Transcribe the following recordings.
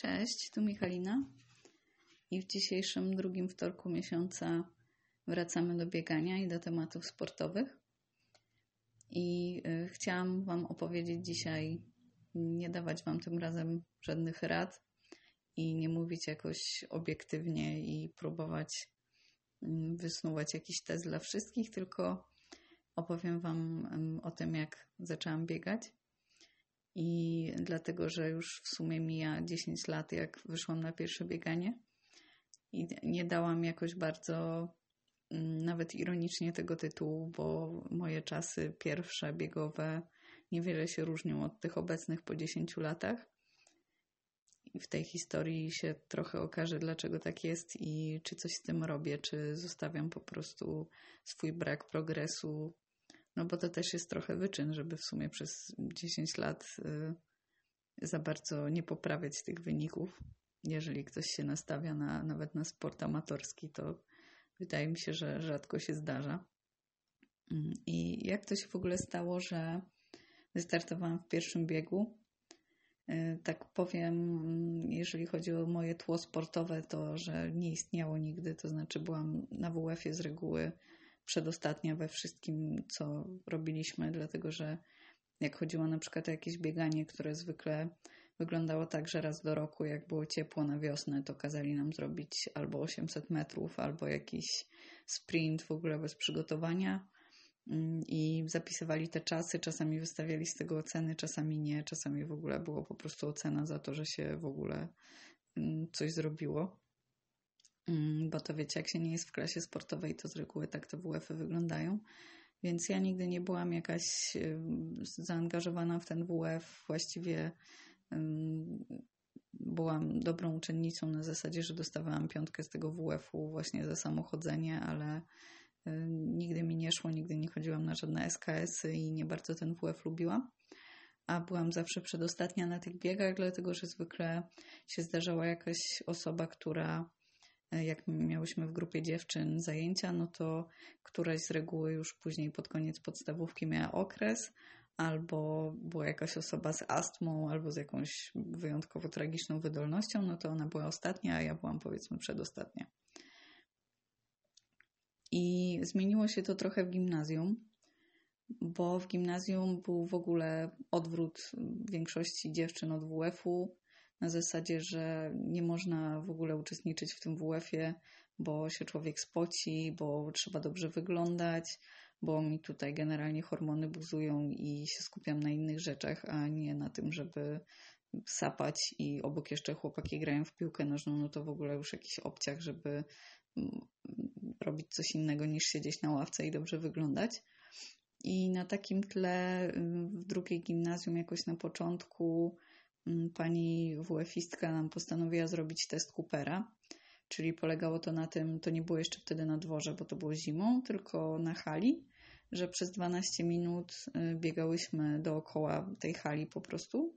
Cześć, tu Michalina i w dzisiejszym drugim wtorku miesiąca wracamy do biegania i do tematów sportowych. I chciałam Wam opowiedzieć dzisiaj, nie dawać Wam tym razem żadnych rad i nie mówić jakoś obiektywnie i próbować wysnuwać jakiś test dla wszystkich, tylko opowiem Wam o tym, jak zaczęłam biegać. I dlatego, że już w sumie mija 10 lat, jak wyszłam na pierwsze bieganie i nie dałam jakoś bardzo, nawet ironicznie tego tytułu, bo moje czasy pierwsze biegowe niewiele się różnią od tych obecnych po 10 latach. I w tej historii się trochę okaże, dlaczego tak jest i czy coś z tym robię, czy zostawiam po prostu swój brak progresu. No bo to też jest trochę wyczyn, żeby w sumie przez 10 lat za bardzo nie poprawiać tych wyników. Jeżeli ktoś się nastawia nawet na sport amatorski, to wydaje mi się, że rzadko się zdarza. I jak to się w ogóle stało, że wystartowałam w pierwszym biegu? Tak powiem, jeżeli chodzi o moje tło sportowe, to że nie istniało nigdy, to znaczy byłam na WF-ie z reguły przedostatnia we wszystkim, co robiliśmy, dlatego że jak chodziło na przykład o jakieś bieganie, które zwykle wyglądało tak, że raz do roku, jak było ciepło na wiosnę, to kazali nam zrobić albo 800 metrów, albo jakiś sprint w ogóle bez przygotowania i zapisywali te czasy, czasami wystawiali z tego oceny, czasami nie, czasami w ogóle było po prostu ocena za to, że się w ogóle coś zrobiło. Bo to wiecie, jak się nie jest w klasie sportowej, to z reguły tak te WF-y wyglądają. Więc ja nigdy nie byłam jakaś zaangażowana w ten WF. Właściwie byłam dobrą uczennicą na zasadzie, że dostawałam 5 z tego WF-u właśnie za samochodzenie, ale nigdy mi nie szło, nigdy nie chodziłam na żadne SKS-y i nie bardzo ten WF lubiłam. A byłam zawsze przedostatnia na tych biegach, dlatego że zwykle się zdarzała jakaś osoba, która jak miałyśmy w grupie dziewczyn zajęcia, no to któraś z reguły już później pod koniec podstawówki miała okres, albo była jakaś osoba z astmą, albo z jakąś wyjątkowo tragiczną wydolnością, no to ona była ostatnia, a ja byłam powiedzmy przedostatnia. I zmieniło się to trochę w gimnazjum, bo w gimnazjum był w ogóle odwrót większości dziewczyn od WF-u, na zasadzie, że nie można w ogóle uczestniczyć w tym WF-ie, bo się człowiek spoci, bo trzeba dobrze wyglądać, bo mi tutaj generalnie hormony buzują i się skupiam na innych rzeczach, a nie na tym, żeby sapać i obok jeszcze chłopaki grają w piłkę nożną, no to w ogóle już jakiś obciach, żeby robić coś innego niż siedzieć na ławce i dobrze wyglądać. I na takim tle w drugiej gimnazjum jakoś na początku pani WF-istka nam postanowiła zrobić test Coopera, czyli polegało to na tym, to nie było jeszcze wtedy na dworze, bo to było zimą, tylko na hali, że przez 12 minut biegałyśmy dookoła tej hali po prostu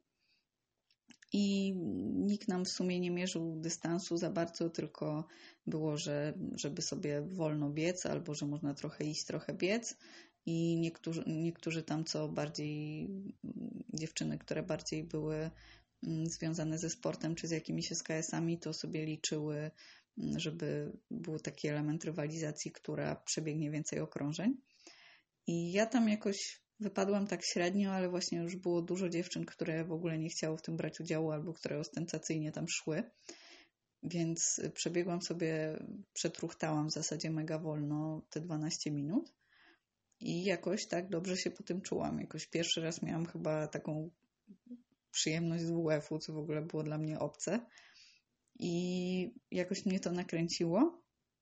i nikt nam w sumie nie mierzył dystansu za bardzo, tylko było, żeby sobie wolno biec, albo że można trochę iść, trochę biec. I niektórzy tam, co bardziej, dziewczyny, które bardziej były związane ze sportem czy z jakimiś SKS-ami, to sobie liczyły, żeby był taki element rywalizacji, która przebiegnie więcej okrążeń. I ja tam jakoś wypadłam tak średnio, ale właśnie już było dużo dziewczyn, które w ogóle nie chciało w tym brać udziału albo które ostentacyjnie tam szły. Więc przebiegłam sobie, przetruchtałam w zasadzie mega wolno te 12 minut. I jakoś tak dobrze się po tym czułam. Jakoś pierwszy raz miałam chyba taką przyjemność z WF-u, co w ogóle było dla mnie obce. I jakoś mnie to nakręciło.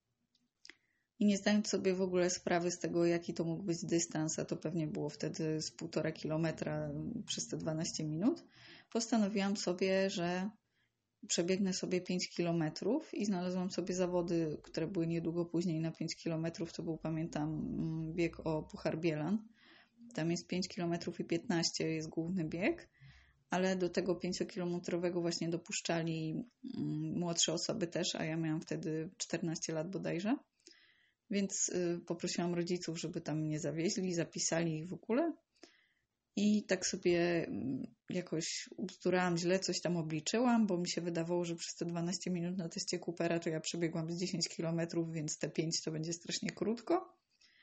I nie zdając sobie w ogóle sprawy z tego, jaki to mógł być dystans, a to pewnie było wtedy z 1,5 kilometra przez te 12 minut, postanowiłam sobie, że przebiegnę sobie 5 kilometrów i znalazłam sobie zawody, które były niedługo później na 5 kilometrów. To był, pamiętam, bieg o Puchar Bielan. Tam jest 5 kilometrów i 15 jest główny bieg, ale do tego 5-kilometrowego właśnie dopuszczali młodsze osoby też, a ja miałam wtedy 14 lat bodajże. Więc poprosiłam rodziców, żeby tam mnie zawieźli, zapisali w ogóle. I tak sobie jakoś ubzdurałam źle, coś tam obliczyłam, bo mi się wydawało, że przez te 12 minut na teście Coopera to ja przebiegłam z 10 kilometrów, więc te 5 to będzie strasznie krótko.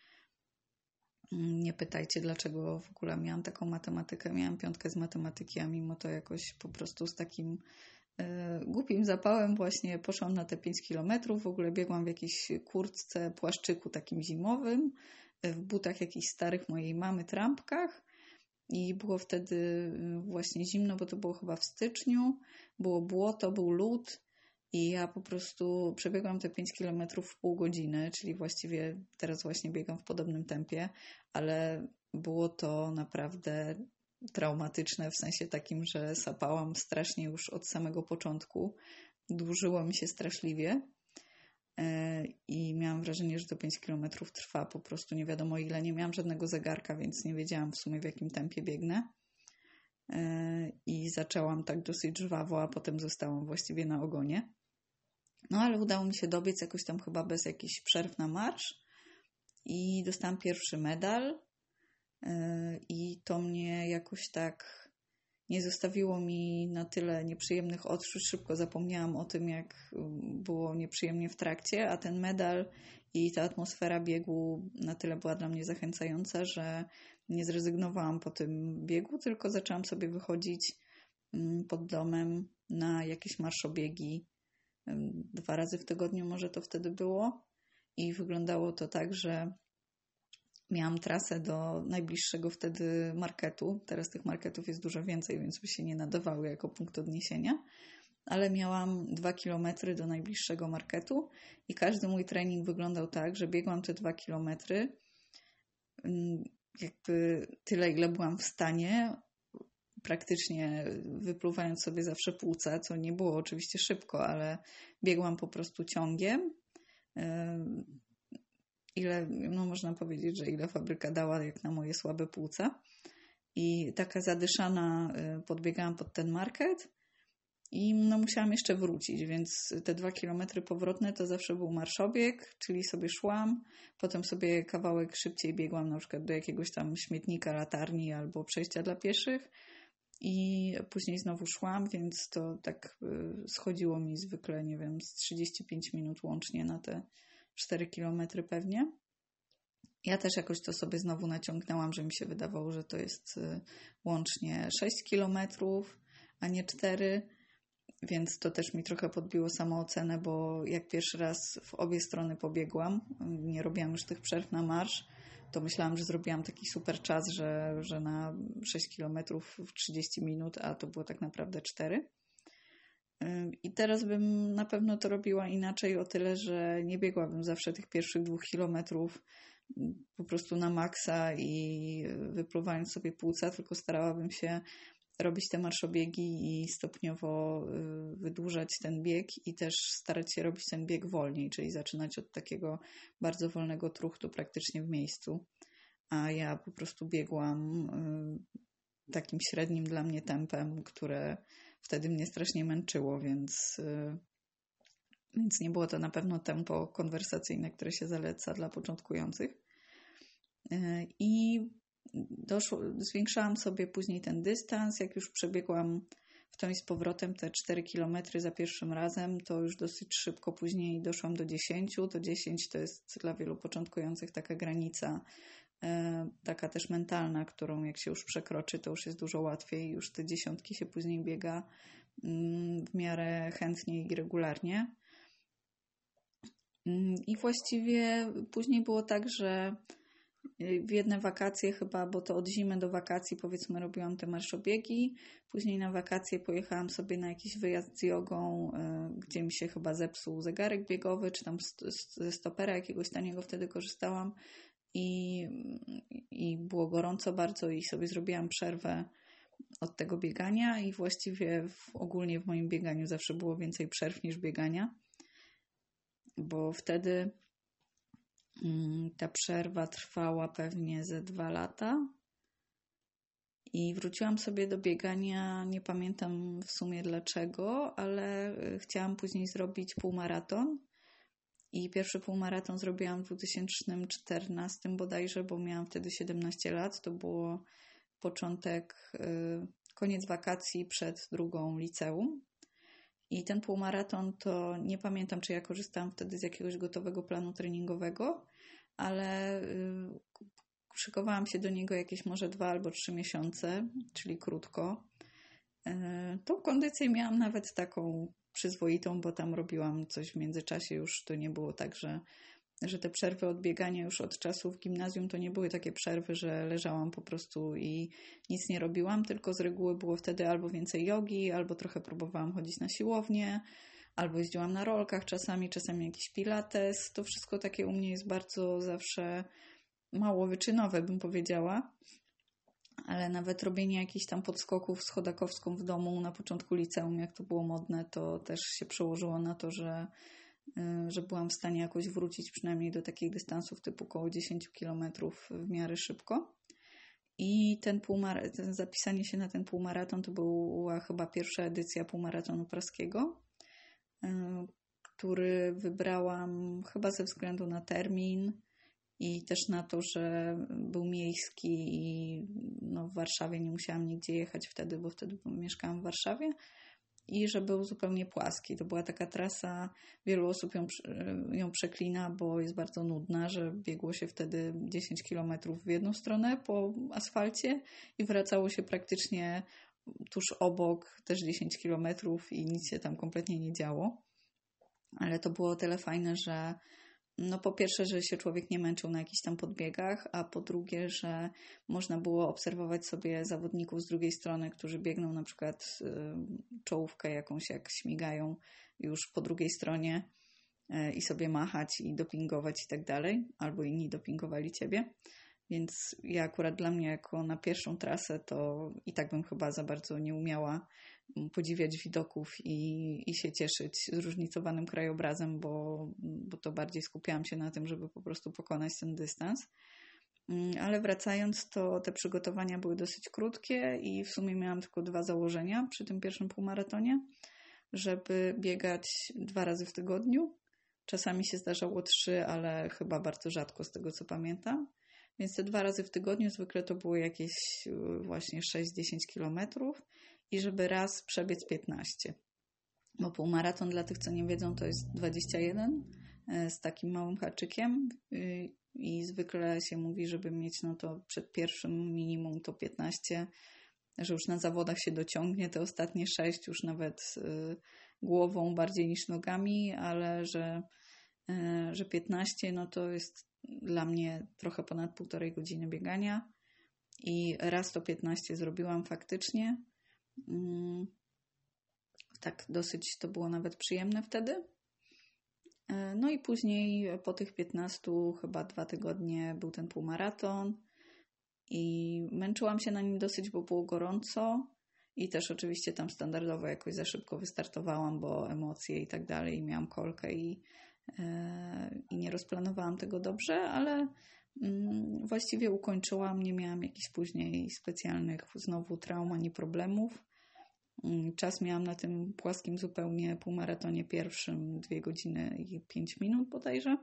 Nie pytajcie, dlaczego w ogóle miałam taką matematykę. Miałam 5 z matematyki, a mimo to jakoś po prostu z takim głupim zapałem właśnie poszłam na te 5 kilometrów. W ogóle biegłam w jakiejś kurtce, płaszczyku takim zimowym, w butach jakichś starych mojej mamy, trampkach. I było wtedy właśnie zimno, bo to było chyba w styczniu. Było błoto, był lód. I ja po prostu przebiegłam te 5 kilometrów w pół godziny, czyli właściwie teraz właśnie biegam w podobnym tempie, ale było to naprawdę traumatyczne w sensie takim, że sapałam strasznie już od samego początku. Dłużyło mi się straszliwie i miałam wrażenie, że to 5 kilometrów trwa po prostu nie wiadomo ile. Nie miałam żadnego zegarka, więc nie wiedziałam w sumie w jakim tempie biegnę. I zaczęłam tak dosyć żwawo, a potem zostałam właściwie na ogonie. No ale udało mi się dobiec jakoś tam chyba bez jakichś przerw na marsz i dostałam pierwszy medal i to mnie jakoś tak nie zostawiło mi na tyle nieprzyjemnych odczuć. Szybko zapomniałam o tym, jak było nieprzyjemnie w trakcie, a ten medal i ta atmosfera biegu na tyle była dla mnie zachęcająca, że nie zrezygnowałam po tym biegu, tylko zaczęłam sobie wychodzić pod domem na jakieś marszobiegi 2 razy w tygodniu może to wtedy było i wyglądało to tak, że miałam trasę do najbliższego wtedy marketu. Teraz tych marketów jest dużo więcej, więc by się nie nadawały jako punkt odniesienia, ale miałam 2 kilometry do najbliższego marketu i każdy mój trening wyglądał tak, że biegłam te 2 kilometry jakby tyle, ile byłam w stanie, praktycznie wypluwając sobie zawsze płuca, co nie było oczywiście szybko, ale biegłam po prostu ciągiem. Ile, no można powiedzieć, że ile fabryka dała jak na moje słabe płuca. I taka zadyszana podbiegałam pod ten market i no musiałam jeszcze wrócić, więc te 2 kilometry powrotne to zawsze był marszobieg, czyli sobie szłam, potem sobie kawałek szybciej biegłam na przykład do jakiegoś tam śmietnika, latarni albo przejścia dla pieszych i później znowu szłam, więc to tak schodziło mi zwykle, nie wiem, z 35 minut łącznie na te 4 kilometry pewnie. Ja też jakoś to sobie znowu naciągnęłam, że mi się wydawało, że to jest łącznie 6 kilometrów, a nie 4, więc to też mi trochę podbiło samoocenę, bo jak pierwszy raz w obie strony pobiegłam, nie robiłam już tych przerw na marsz, to myślałam, że zrobiłam taki super czas, że na 6 kilometrów w 30 minut, a to było tak naprawdę 4. I teraz bym na pewno to robiła inaczej o tyle, że nie biegłabym zawsze tych pierwszych 2 kilometrów po prostu na maksa i wypluwając sobie płuca, tylko starałabym się robić te marszobiegi i stopniowo wydłużać ten bieg i też starać się robić ten bieg wolniej, czyli zaczynać od takiego bardzo wolnego truchtu praktycznie w miejscu. A ja po prostu biegłam takim średnim dla mnie tempem, które wtedy mnie strasznie męczyło, więc nie było to na pewno tempo konwersacyjne, które się zaleca dla początkujących. I zwiększałam sobie później ten dystans. Jak już przebiegłam w tą i z powrotem te 4 kilometry za pierwszym razem, to już dosyć szybko później doszłam do 10. To 10 to jest dla wielu początkujących taka granica, taka też mentalna, którą jak się już przekroczy, to już jest dużo łatwiej. Już te 10 się później biega w miarę chętnie i regularnie. I właściwie później było tak, że w jedne wakacje chyba, bo to od zimy do wakacji powiedzmy robiłam te marszobiegi. Później na wakacje pojechałam sobie na jakiś wyjazd z jogą, gdzie mi się chyba zepsuł zegarek biegowy, czy tam ze stopera jakiegoś taniego wtedy korzystałam i było gorąco bardzo i sobie zrobiłam przerwę od tego biegania i właściwie ogólnie w moim bieganiu zawsze było więcej przerw niż biegania, bo wtedy ta przerwa trwała pewnie ze 2 lata i wróciłam sobie do biegania, nie pamiętam w sumie dlaczego, ale chciałam później zrobić półmaraton i pierwszy półmaraton zrobiłam w 2014 bodajże, bo miałam wtedy 17 lat, to było koniec wakacji przed drugą liceum. I ten półmaraton to nie pamiętam, czy ja korzystałam wtedy z jakiegoś gotowego planu treningowego, ale szykowałam się do niego jakieś może 2 albo 3 miesiące, czyli krótko. Tą kondycję miałam nawet taką przyzwoitą, bo tam robiłam coś w międzyczasie. Już to nie było tak, że te przerwy od biegania już od czasu w gimnazjum to nie były takie przerwy, że leżałam po prostu i nic nie robiłam, tylko z reguły było wtedy albo więcej jogi, albo trochę próbowałam chodzić na siłownię, albo jeździłam na rolkach czasami jakiś pilates. To wszystko takie u mnie jest bardzo zawsze mało wyczynowe, bym powiedziała. Ale nawet robienie jakichś tam podskoków z chodakowską w domu na początku liceum, jak to było modne, to też się przełożyło na to, że byłam w stanie jakoś wrócić przynajmniej do takich dystansów typu około 10 km w miarę szybko. I ten zapisanie się na ten półmaraton to była chyba pierwsza edycja półmaratonu praskiego, który wybrałam chyba ze względu na termin i też na to, że był miejski i w Warszawie nie musiałam nigdzie jechać wtedy, bo wtedy mieszkałam w Warszawie. I że był zupełnie płaski. To była taka trasa, wielu osób ją przeklina, bo jest bardzo nudna, że biegło się wtedy 10 km w jedną stronę po asfalcie i wracało się praktycznie tuż obok też 10 km i nic się tam kompletnie nie działo. Ale to było o tyle fajne, że po pierwsze, że się człowiek nie męczył na jakichś tam podbiegach, a po drugie, że można było obserwować sobie zawodników z drugiej strony, którzy biegną na przykład czołówkę jakąś, jak śmigają już po drugiej stronie i sobie machać i dopingować i tak dalej, albo inni dopingowali ciebie. Więc ja akurat dla mnie jako na pierwszą trasę to i tak bym chyba za bardzo nie umiała podziwiać widoków i się cieszyć zróżnicowanym krajobrazem, bo to bardziej skupiałam się na tym, żeby po prostu pokonać ten dystans. Ale wracając, to te przygotowania były dosyć krótkie i w sumie miałam tylko 2 założenia przy tym pierwszym półmaratonie, żeby biegać 2 razy w tygodniu. Czasami się zdarzało 3, ale chyba bardzo rzadko z tego, co pamiętam. Więc te 2 razy w tygodniu zwykle to było jakieś właśnie 6-10 kilometrów i żeby raz przebiec 15. Bo półmaraton, dla tych, co nie wiedzą, to jest 21 z takim małym haczykiem i zwykle się mówi, żeby mieć to przed pierwszym minimum to 15, że już na zawodach się dociągnie te ostatnie 6 już nawet głową bardziej niż nogami, ale że 15 to jest dla mnie trochę ponad 1,5 godziny biegania i raz to 15 zrobiłam faktycznie. Tak dosyć to było nawet przyjemne wtedy. No i później po tych 15 chyba 2 tygodnie był ten półmaraton i męczyłam się na nim dosyć, bo było gorąco i też oczywiście tam standardowo jakoś za szybko wystartowałam, bo emocje i tak dalej, i miałam kolkę i nie rozplanowałam tego dobrze, ale właściwie ukończyłam, nie miałam jakichś później specjalnych znowu traum ani problemów. Czas miałam na tym płaskim zupełnie półmaratonie pierwszym 2 godziny i 5 minut bodajże.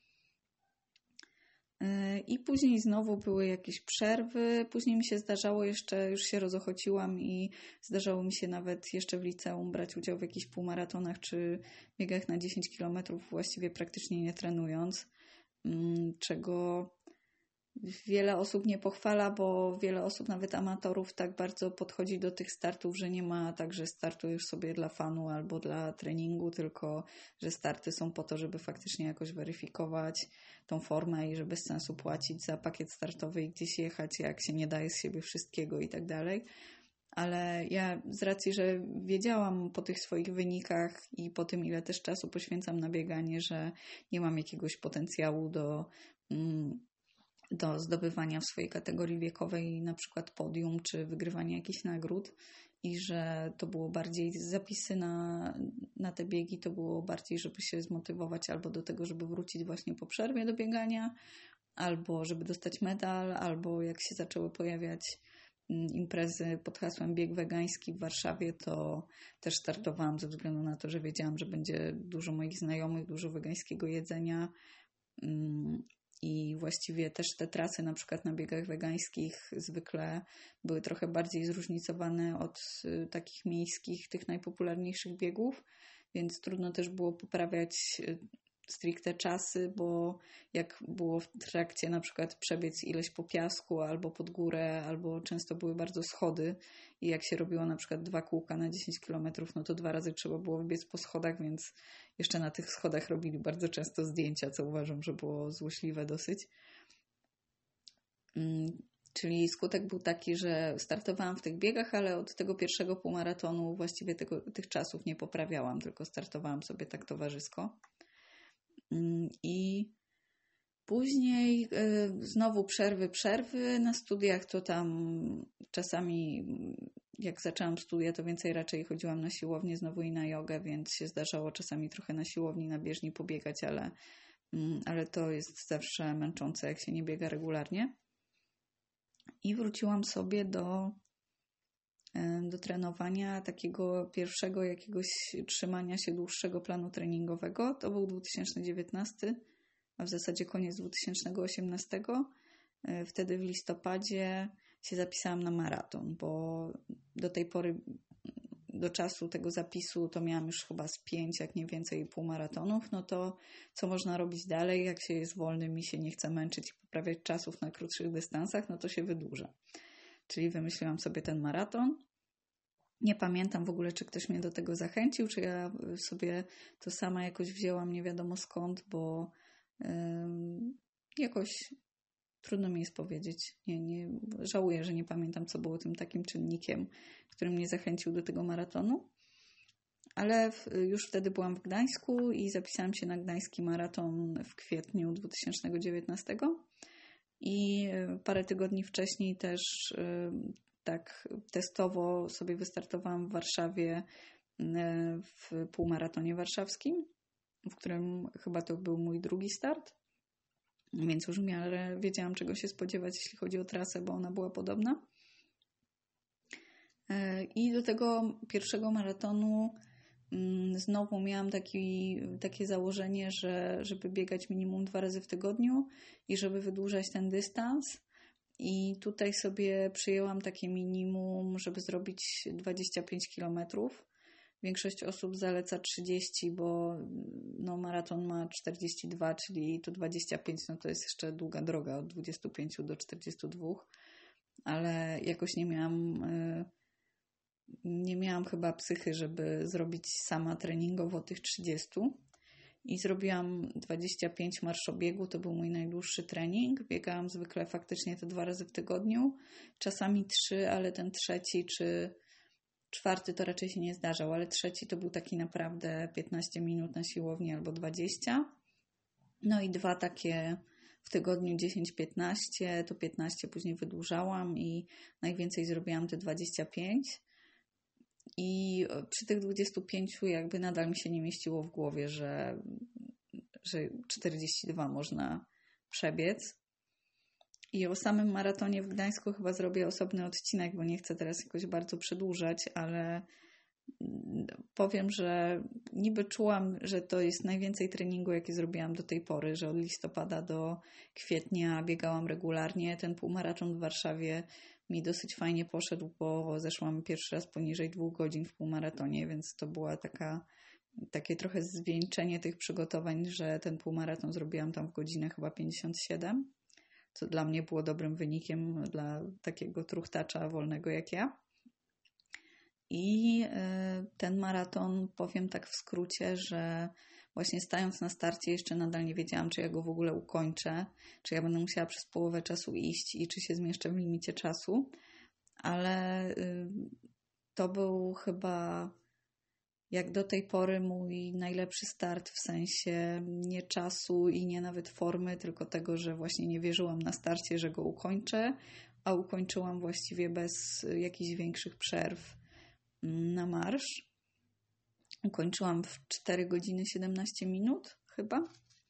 I później znowu były jakieś przerwy. Później mi się zdarzało jeszcze, już się rozochociłam i zdarzało mi się nawet jeszcze w liceum brać udział w jakichś półmaratonach czy biegach na 10 km, właściwie praktycznie nie trenując, czego wiele osób nie pochwala, bo wiele osób, nawet amatorów, tak bardzo podchodzi do tych startów, że nie ma tak, że startujesz sobie dla fanu albo dla treningu, tylko że starty są po to, żeby faktycznie jakoś weryfikować tą formę i że bez sensu płacić za pakiet startowy i gdzieś jechać, jak się nie daje z siebie wszystkiego i tak dalej. Ale ja z racji, że wiedziałam po tych swoich wynikach i po tym, ile też czasu poświęcam na bieganie, że nie mam jakiegoś potencjału do zdobywania w swojej kategorii wiekowej na przykład podium czy wygrywania jakichś nagród i że to było bardziej zapisy na te biegi, to było bardziej, żeby się zmotywować albo do tego, żeby wrócić właśnie po przerwie do biegania, albo żeby dostać medal, albo jak się zaczęły pojawiać imprezy pod hasłem bieg wegański w Warszawie, to też startowałam ze względu na to, że wiedziałam, że będzie dużo moich znajomych, dużo wegańskiego jedzenia i właściwie też te trasy na przykład na biegach wegańskich zwykle były trochę bardziej zróżnicowane od takich miejskich, tych najpopularniejszych biegów, więc trudno też było poprawiać stricte czasy, bo jak było w trakcie na przykład przebiec ileś po piasku albo pod górę, albo często były bardzo schody i jak się robiło na przykład 2 kółka na 10 kilometrów, no to 2 razy trzeba było wybiec po schodach, więc jeszcze na tych schodach robili bardzo często zdjęcia, co uważam, że było złośliwe dosyć. Czyli skutek był taki, że startowałam w tych biegach, ale od tego pierwszego półmaratonu właściwie tych czasów nie poprawiałam, tylko startowałam sobie tak towarzysko. I później znowu przerwy. Na studiach to tam czasami jak zaczęłam studia, to więcej raczej chodziłam na siłownię znowu i na jogę, więc się zdarzało czasami trochę na siłowni, na bieżni pobiegać, ale to jest zawsze męczące, jak się nie biega regularnie. I wróciłam sobie do trenowania takiego pierwszego jakiegoś trzymania się dłuższego planu treningowego. To był 2019, a w zasadzie koniec 2018. Wtedy w listopadzie się zapisałam na maraton, bo do tej pory, do czasu tego zapisu to miałam już chyba z 5, jak nie więcej, półmaratonów. No to co można robić dalej, jak się jest wolnym i się nie chce męczyć i poprawiać czasów na krótszych dystansach, no to się wydłuża. Czyli wymyśliłam sobie ten maraton. Nie pamiętam w ogóle, czy ktoś mnie do tego zachęcił, czy ja sobie to sama jakoś wzięłam, nie wiadomo skąd, bo jakoś trudno mi jest powiedzieć. Nie żałuję, że nie pamiętam, co było tym takim czynnikiem, który mnie zachęcił do tego maratonu. Ale już wtedy byłam w Gdańsku i zapisałam się na gdański maraton w kwietniu 2019. I parę tygodni wcześniej też tak testowo sobie wystartowałam w Warszawie w półmaratonie warszawskim, w którym chyba to był mój drugi start, więc już w miarę wiedziałam, czego się spodziewać, jeśli chodzi o trasę, bo ona była podobna. I do tego pierwszego maratonu znowu miałam takie założenie, żeby biegać minimum 2 razy w tygodniu i żeby wydłużać ten dystans. I tutaj sobie przyjęłam takie minimum, żeby zrobić 25 km. Większość osób zaleca 30, bo maraton ma 42, czyli to 25, to jest jeszcze długa droga od 25 do 42, ale jakoś nie miałam chyba psychy, żeby zrobić sama treningowo tych 30 i zrobiłam 25 marszobiegu, to był mój najdłuższy trening. Biegałam zwykle faktycznie te 2 razy w tygodniu, czasami 3, ale ten trzeci czy 4 to raczej się nie zdarzał, ale trzeci to był taki naprawdę 15 minut na siłowni albo 20. No i 2 takie w tygodniu 10-15, to 15 później wydłużałam i najwięcej zrobiłam te 25. I przy tych 25 jakby nadal mi się nie mieściło w głowie, że 42 można przebiec. I o samym maratonie w Gdańsku chyba zrobię osobny odcinek, bo nie chcę teraz jakoś bardzo przedłużać, ale powiem, że niby czułam, że to jest najwięcej treningu, jaki zrobiłam do tej pory, że od listopada do kwietnia biegałam regularnie. Ten półmaraton w Warszawie mi dosyć fajnie poszedł, bo zeszłam pierwszy raz poniżej 2 godzin w półmaratonie, więc to była takie trochę zwieńczenie tych przygotowań, że ten półmaraton zrobiłam tam w godzinę chyba 57, co dla mnie było dobrym wynikiem dla takiego truchtacza wolnego jak ja. I ten maraton, powiem tak w skrócie, że właśnie stając na starcie jeszcze nadal nie wiedziałam, czy ja go w ogóle ukończę, czy ja będę musiała przez połowę czasu iść i czy się zmieszczę w limicie czasu, ale to był chyba jak do tej pory mój najlepszy start w sensie nie czasu i nie nawet formy, tylko tego, że właśnie nie wierzyłam na starcie, że go ukończę, a ukończyłam właściwie bez jakichś większych przerw na marsz. Ukończyłam w 4 godziny 17 minut chyba.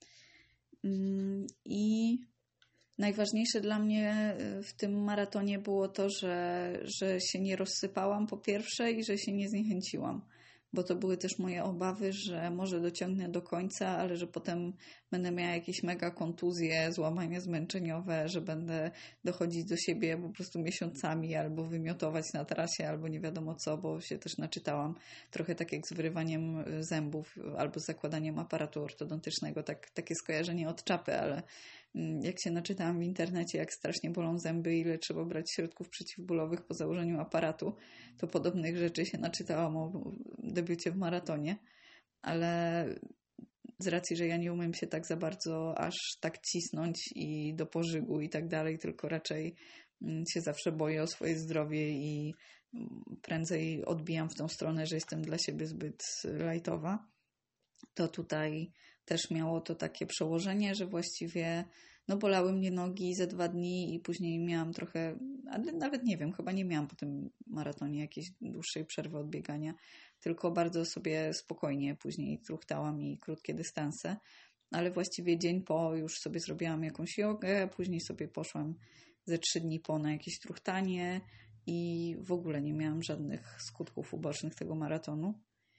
I najważniejsze dla mnie w tym maratonie było to, że się nie rozsypałam po pierwsze i że się nie zniechęciłam. bo to były też moje obawy, że może dociągnę do końca, ale że potem będę miała jakieś mega kontuzje, złamania zmęczeniowe, że będę dochodzić do siebie po prostu miesiącami albo wymiotować na trasie, albo nie wiadomo co, bo się też naczytałam trochę tak jak z wyrywaniem zębów albo z zakładaniem aparatu ortodontycznego, takie skojarzenie od czapy, ale jak się naczytałam w internecie, jak strasznie bolą zęby, ile trzeba brać środków przeciwbólowych po założeniu aparatu, to podobnych rzeczy się naczytałam o debiucie w maratonie, ale z racji, że ja nie umiem się tak za bardzo aż tak cisnąć i do pożygu i tak dalej, tylko raczej się zawsze boję o swoje zdrowie i prędzej odbijam w tą stronę, że jestem dla siebie zbyt lajtowa, to tutaj też miało to takie przełożenie, że właściwie bolały mnie nogi ze 2 dni i później miałam trochę, ale nawet nie wiem, chyba nie miałam po tym maratonie jakiejś dłuższej przerwy od biegania, tylko bardzo sobie spokojnie później truchtałam i krótkie dystanse, ale właściwie dzień po już sobie zrobiłam jakąś jogę, później sobie poszłam ze 3 dni po na jakieś truchtanie i w ogóle nie miałam żadnych skutków ubocznych tego maratonu.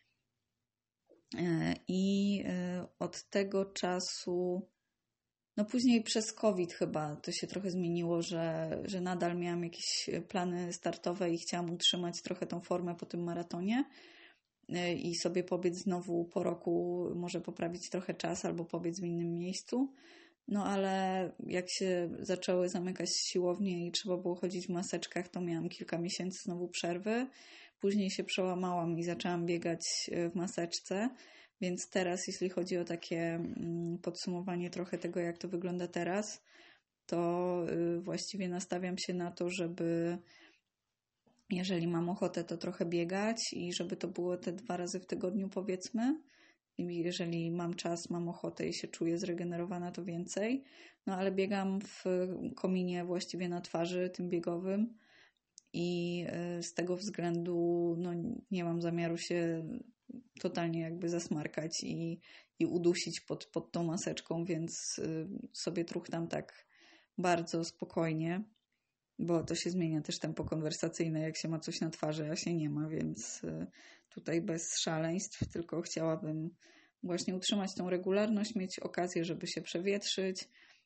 I od tego czasu, później przez COVID chyba to się trochę zmieniło, że nadal miałam jakieś plany startowe i chciałam utrzymać trochę tą formę po tym maratonie i sobie pobiec znowu po roku, może poprawić trochę czas albo pobiec w innym miejscu. Ale jak się zaczęły zamykać siłownie i trzeba było chodzić w maseczkach, to miałam kilka miesięcy znowu przerwy. Później się przełamałam i zaczęłam biegać w maseczce, więc teraz, jeśli chodzi o takie podsumowanie trochę tego, jak to wygląda teraz, to właściwie nastawiam się na to, żeby jeżeli mam ochotę, to trochę biegać i żeby to było te 2 razy w tygodniu, powiedzmy. I jeżeli mam czas, mam ochotę i się czuję zregenerowana, to więcej. Ale biegam w kominie właściwie na twarzy, tym biegowym i z tego względu nie mam zamiaru się totalnie jakby zasmarkać i udusić pod tą maseczką, więc sobie truchtam tak bardzo spokojnie, bo to się zmienia też tempo konwersacyjne, jak się ma coś na twarzy, a się nie ma, więc tutaj bez szaleństw, tylko chciałabym właśnie utrzymać tą regularność, mieć okazję, żeby się przewietrzyć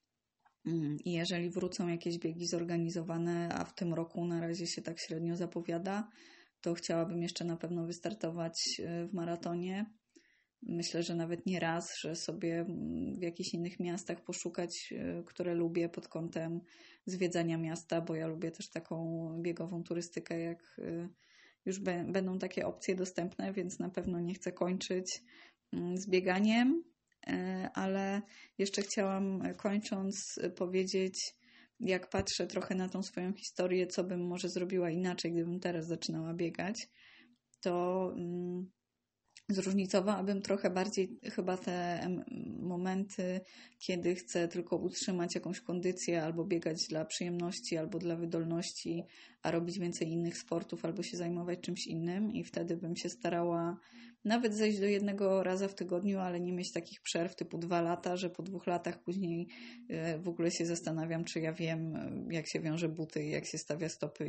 i jeżeli wrócą jakieś biegi zorganizowane, a w tym roku na razie się tak średnio zapowiada, to chciałabym jeszcze na pewno wystartować w maratonie. Myślę, że nawet nie raz, że sobie w jakichś innych miastach poszukać, które lubię pod kątem zwiedzania miasta, bo ja lubię też taką biegową turystykę, jak już będą takie opcje dostępne, więc na pewno nie chcę kończyć z bieganiem, ale jeszcze chciałam kończąc powiedzieć, jak patrzę trochę na tą swoją historię, co bym może zrobiła inaczej, gdybym teraz zaczynała biegać, to zróżnicowałabym trochę bardziej chyba te momenty, kiedy chcę tylko utrzymać jakąś kondycję albo biegać dla przyjemności, albo dla wydolności, a robić więcej innych sportów, albo się zajmować czymś innym i wtedy bym się starała nawet zejść do 1 raza w tygodniu, ale nie mieć takich przerw typu 2 lata, że po 2 latach później w ogóle się zastanawiam, czy ja wiem, jak się wiąże buty i jak się stawia stopy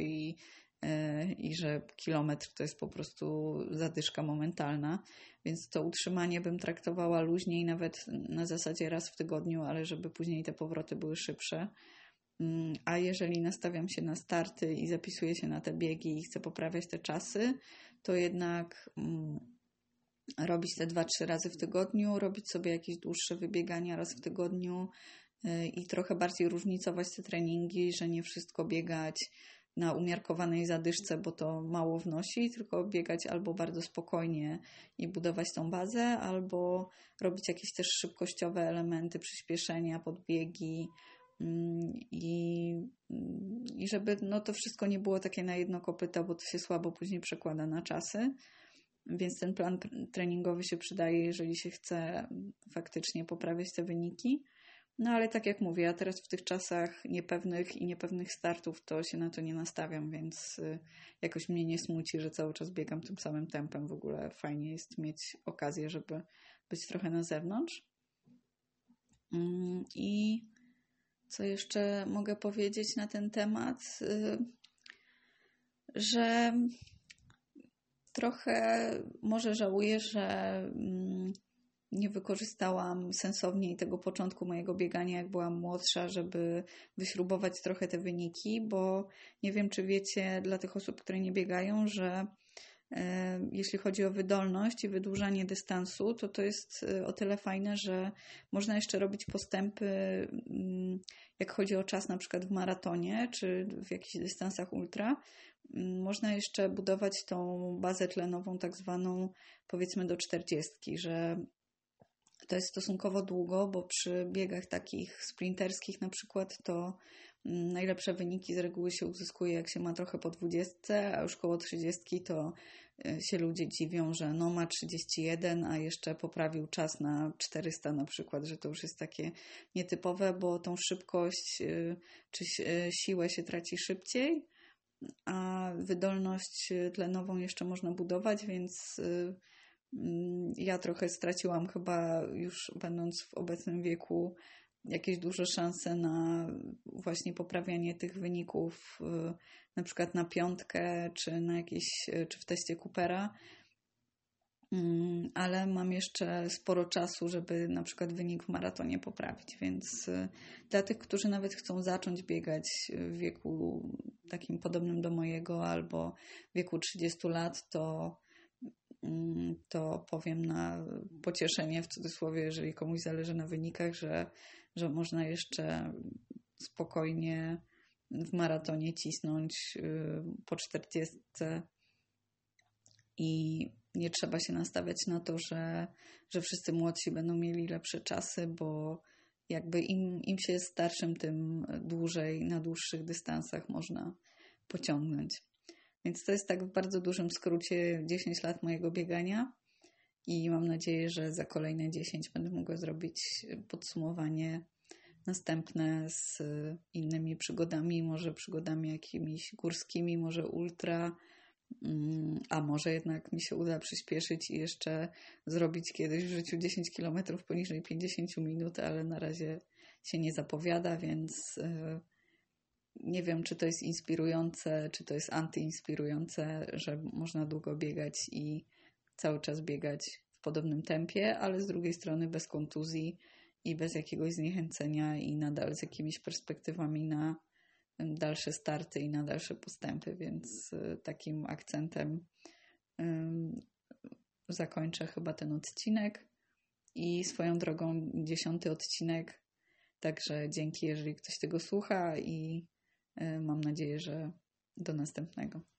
i że kilometr to jest po prostu zadyszka momentalna, więc to utrzymanie bym traktowała luźniej, nawet na zasadzie raz w tygodniu, ale żeby później te powroty były szybsze. A jeżeli nastawiam się na starty i zapisuję się na te biegi i chcę poprawiać te czasy, to jednak robić te 2-3 razy w tygodniu, robić sobie jakieś dłuższe wybiegania raz w tygodniu i trochę bardziej różnicować te treningi, że nie wszystko biegać na umiarkowanej zadyszce, bo to mało wnosi, tylko biegać albo bardzo spokojnie i budować tą bazę, albo robić jakieś też szybkościowe elementy, przyspieszenia, podbiegi i żeby to wszystko nie było takie na jedno kopyto, bo to się słabo później przekłada na czasy. Więc ten plan treningowy się przydaje, jeżeli się chce faktycznie poprawiać te wyniki. Ale tak jak mówię, ja teraz w tych czasach niepewnych startów to się na to nie nastawiam, więc jakoś mnie nie smuci, że cały czas biegam tym samym tempem. W ogóle fajnie jest mieć okazję, żeby być trochę na zewnątrz. I co jeszcze mogę powiedzieć na ten temat? Że trochę może żałuję, że nie wykorzystałam sensowniej tego początku mojego biegania, jak byłam młodsza, żeby wyśrubować trochę te wyniki, bo nie wiem, czy wiecie, dla tych osób, które nie biegają, że jeśli chodzi o wydolność i wydłużanie dystansu, to jest o tyle fajne, że można jeszcze robić postępy, jak chodzi o czas na przykład w maratonie, czy w jakichś dystansach ultra. Można jeszcze budować tą bazę tlenową tak zwaną, powiedzmy, do 40, że to jest stosunkowo długo, bo przy biegach takich sprinterskich na przykład to najlepsze wyniki z reguły się uzyskuje, jak się ma trochę po 20, a już koło 30 to się ludzie dziwią, że no ma 31, a jeszcze poprawił czas na 400 na przykład, że to już jest takie nietypowe, bo tą szybkość czy siłę się traci szybciej, a wydolność tlenową jeszcze można budować, więc ja trochę straciłam chyba już będąc w obecnym wieku jakieś duże szanse na właśnie poprawianie tych wyników, na przykład na 5 czy w teście Coopera, ale mam jeszcze sporo czasu, żeby na przykład wynik w maratonie poprawić, więc dla tych, którzy nawet chcą zacząć biegać w wieku takim podobnym do mojego albo w wieku 30 lat, to powiem na pocieszenie w cudzysłowie, jeżeli komuś zależy na wynikach, że można jeszcze spokojnie w maratonie cisnąć po 40 i nie trzeba się nastawiać na to, że wszyscy młodsi będą mieli lepsze czasy, bo jakby im się jest starszym, tym dłużej, na dłuższych dystansach można pociągnąć. Więc to jest tak w bardzo dużym skrócie 10 lat mojego biegania i mam nadzieję, że za kolejne 10 będę mogła zrobić podsumowanie następne z innymi przygodami, może przygodami jakimiś górskimi, może ultra, a może jednak mi się uda przyspieszyć i jeszcze zrobić kiedyś w życiu 10 km poniżej 50 minut, ale na razie się nie zapowiada, więc nie wiem, czy to jest inspirujące, czy to jest antyinspirujące, że można długo biegać i cały czas biegać w podobnym tempie, ale z drugiej strony bez kontuzji i bez jakiegoś zniechęcenia i nadal z jakimiś perspektywami na dalsze starty i na dalsze postępy, więc takim akcentem zakończę chyba ten odcinek i swoją drogą 10. odcinek, także dzięki, jeżeli ktoś tego słucha i mam nadzieję, że do następnego.